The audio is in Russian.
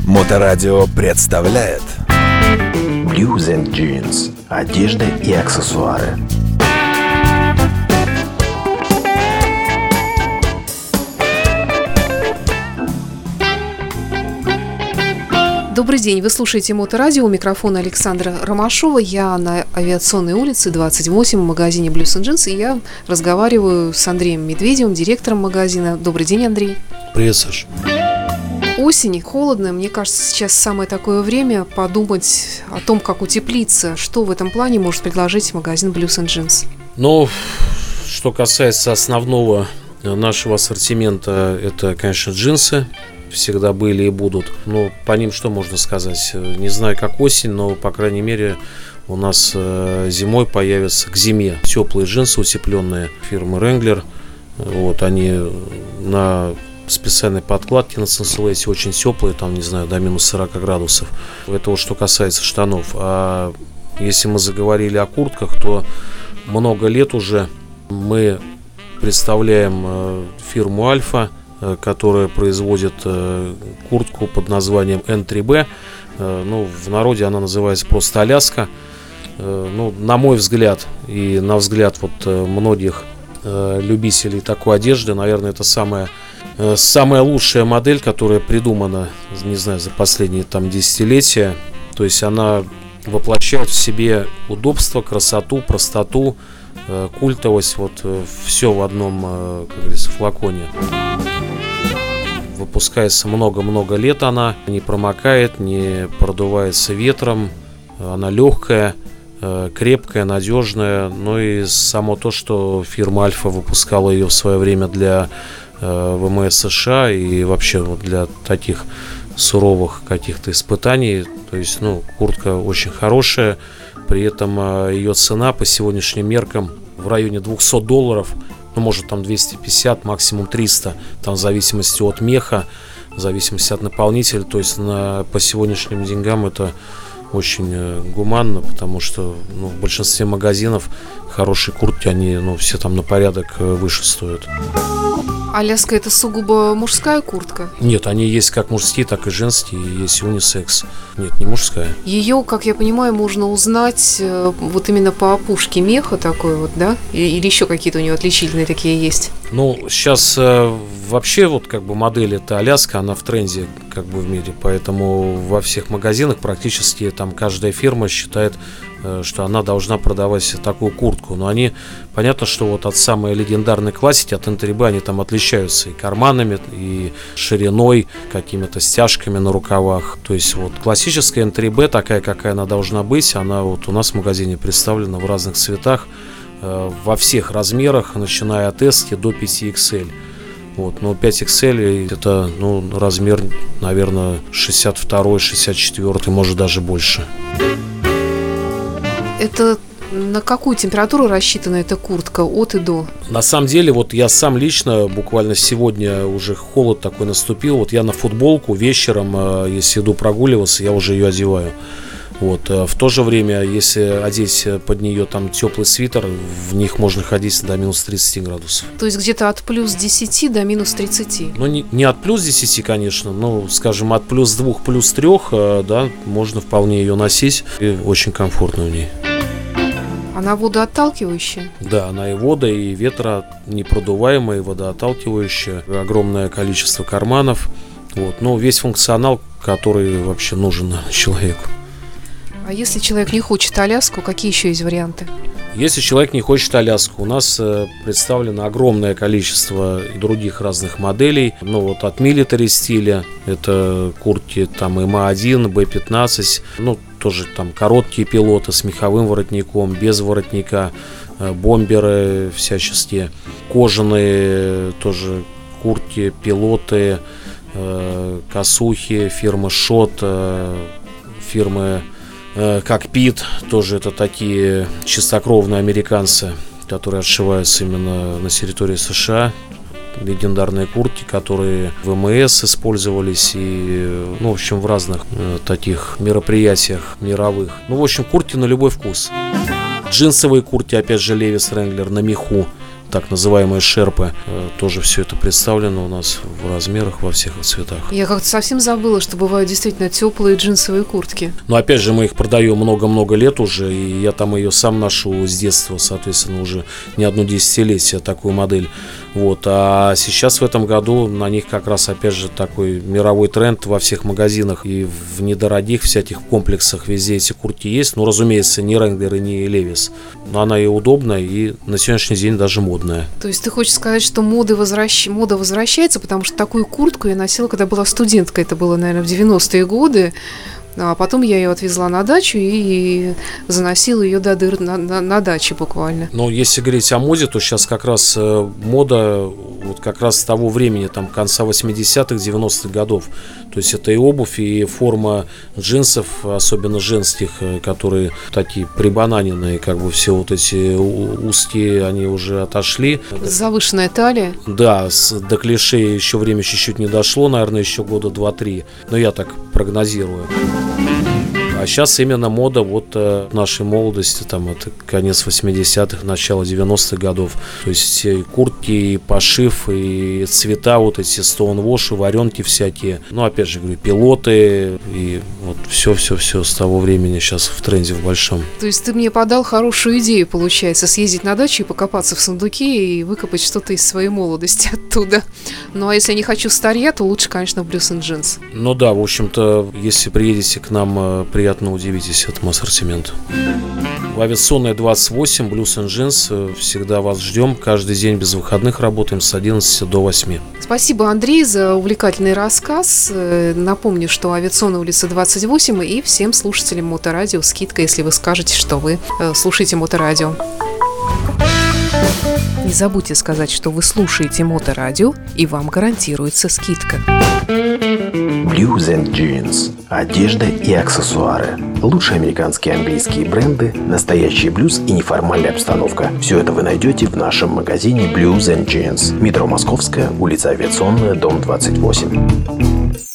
Моторадио представляет Blues and Jeans. Одежда и аксессуары. Добрый день, вы слушаете Моторадио, у микрофона Александра Ромашова. Я на Авиационной улице, 28, в магазине Blues and Jeans, и я разговариваю с Андреем Медведевым, директором магазина. Добрый день, Андрей. Привет, Саш. Осень, холодно, мне кажется, сейчас самое такое время подумать о том, как утеплиться. Что в этом плане может предложить магазин Blues and Jeans? Ну, что касается основного нашего ассортимента, это, конечно, джинсы. Всегда были и будут. Но по ним что можно сказать? Не знаю, как осень, но, по крайней мере, у нас зимой появятся к зиме теплые джинсы утепленные фирмы Wrangler. Вот они на специальной подкладке на сенсолете, очень теплые, там, не знаю, до минус 40 градусов. Это вот что касается штанов. А если мы заговорили о куртках, то много лет уже мы представляем фирму Альфа, которая производит куртку под названием N3B. Ну, в народе она называется просто Аляска. Ну, на мой взгляд и на взгляд вот многих любителей такой одежды, наверное, это самая лучшая модель, которая придумана, не знаю, за последние там десятилетия. То есть она воплощает в себе удобство, красоту, простоту, культовость, вот все в одном, как говорится, флаконе. Выпускается много-много лет она, не промокает, не продувается ветром, она легкая, крепкая, надежная. Ну и само то, что фирма Альфа выпускала ее в свое время для ВМС США и вообще вот для таких суровых каких-то испытаний. То есть, ну, куртка очень хорошая, при этом ее цена по сегодняшним меркам в районе $200, ну, может, там 250, максимум 300, там в зависимости от меха, в зависимости от наполнителя. То есть по сегодняшним деньгам это очень гуманно, потому что, ну, в большинстве магазинов хорошие куртки, они, ну, все там на порядок выше стоят. Аляска — это сугубо мужская куртка? Нет, они есть как мужские, так и женские, есть унисекс. Нет, не мужская. Ее, как я понимаю, можно узнать вот именно по опушке меха такой вот, да? Или еще какие-то у нее отличительные такие есть? Ну, сейчас вообще вот как бы модель это Аляска, она в тренде как бы в мире, поэтому во всех магазинах практически там каждая фирма считает, что она должна продавать такую куртку. Но они, понятно, что вот от самой легендарной классики, от N3B, они там отличаются и карманами, и шириной, какими-то стяжками на рукавах. То есть вот классическая N3B, такая, какая она должна быть, она вот у нас в магазине представлена в разных цветах, во всех размерах, начиная от S до 5XL. Вот, но 5XL это, ну, размер, наверное, 62-й, 64-й, может даже больше. Это на какую температуру рассчитана эта куртка от и до? На самом деле, вот я сам лично, буквально сегодня уже холод такой наступил, вот я на футболку вечером, если иду прогуливаться, я уже ее одеваю. Вот. В то же время, если одеть под нее там теплый свитер, в них можно ходить до минус 30 градусов. То есть где-то от плюс 10 до минус 30? Ну, не от плюс 10, конечно, но, скажем, от плюс 2, плюс 3, да, можно вполне ее носить, и очень комфортно в ней. Она водоотталкивающая? Да, она и вода, и ветронепродуваемая, и водоотталкивающая. Огромное количество карманов. Вот. Ну, весь функционал, который вообще нужен человеку. А если человек не хочет Аляску, какие еще есть варианты? Если человек не хочет Аляску, у нас представлено огромное количество других разных моделей. Ну вот от милитари стиля, это куртки там МА1, Б15, ну тоже там короткие пилоты с меховым воротником, без воротника, бомберы всяческие, кожаные тоже куртки, пилоты, косухи, фирма Шот, фирмы Кокпит, тоже это такие чистокровные американцы, которые отшиваются именно на территории США. Легендарные куртки, которые в ВМС использовались и, ну, в общем, в разных таких мероприятиях мировых. Ну, в общем, куртки на любой вкус. Джинсовые куртки, опять же, Levi's Wrangler на меху. так называемые шерпы. Тоже все это представлено у нас в размерах, во всех цветах. Я как-то совсем забыла, что бывают действительно теплые джинсовые куртки. Но опять же, мы их продаем много-много лет уже, и я там ее сам ношу с детства, соответственно, уже не одно десятилетие такую модель. Вот. А сейчас в этом году на них как раз, опять же, такой мировой тренд во всех магазинах и в недорогих всяких комплексах везде эти куртки есть. Ну, разумеется, не Wrangler и не Levi's. Но она и удобная, и на сегодняшний день даже модная. То есть ты хочешь сказать, что мода возвращается, потому что такую куртку я носила, когда была студенткой. Это было, наверное, в 90-е годы. А потом я ее отвезла на дачу и заносила ее до дыр на даче буквально. Но если говорить о моде, то сейчас как раз мода вот как раз с того времени, там, конца 80-х, 90-х годов. То есть это и обувь, и форма джинсов, особенно женских, которые такие прибананенные, как бы все вот эти узкие, они уже отошли. Завышенная талия. Да, до клише еще время чуть-чуть не дошло, наверное, еще года 2-3. Но я так прогнозирую. А сейчас именно мода вот нашей молодости, там это конец 80-х, начало 90-х годов. То есть и куртки, и пошив, и цвета, вот эти стоунвоши, варенки всякие. Ну, опять же, говорю, пилоты, и вот все с того времени сейчас в тренде в большом. То есть ты мне подал хорошую идею, получается, съездить на дачу и покопаться в сундуке и выкопать что-то из своей молодости оттуда. Ну, а если я не хочу старья, то лучше, конечно, Blues and Jeans. Ну да, в общем-то, если приедете к нам, приятно удивитесь этому ассортименту. В Авиационной 28, Blues and Jeans, всегда вас ждем. Каждый день без выходных работаем с 11 до 8. Спасибо, Андрей, за увлекательный рассказ. Напомню, что Авиационная улица 28, и всем слушателям Моторадио скидка, если вы скажете, что вы слушаете Моторадио. Не забудьте сказать, что вы слушаете Моторадио, и вам гарантируется скидка. Blues and Jeans. Одежда и аксессуары. Лучшие американские и английские бренды, настоящий блюз и неформальная обстановка. Все это вы найдете в нашем магазине Blues and Jeans. Метро Московская, улица Авиационная, дом 28.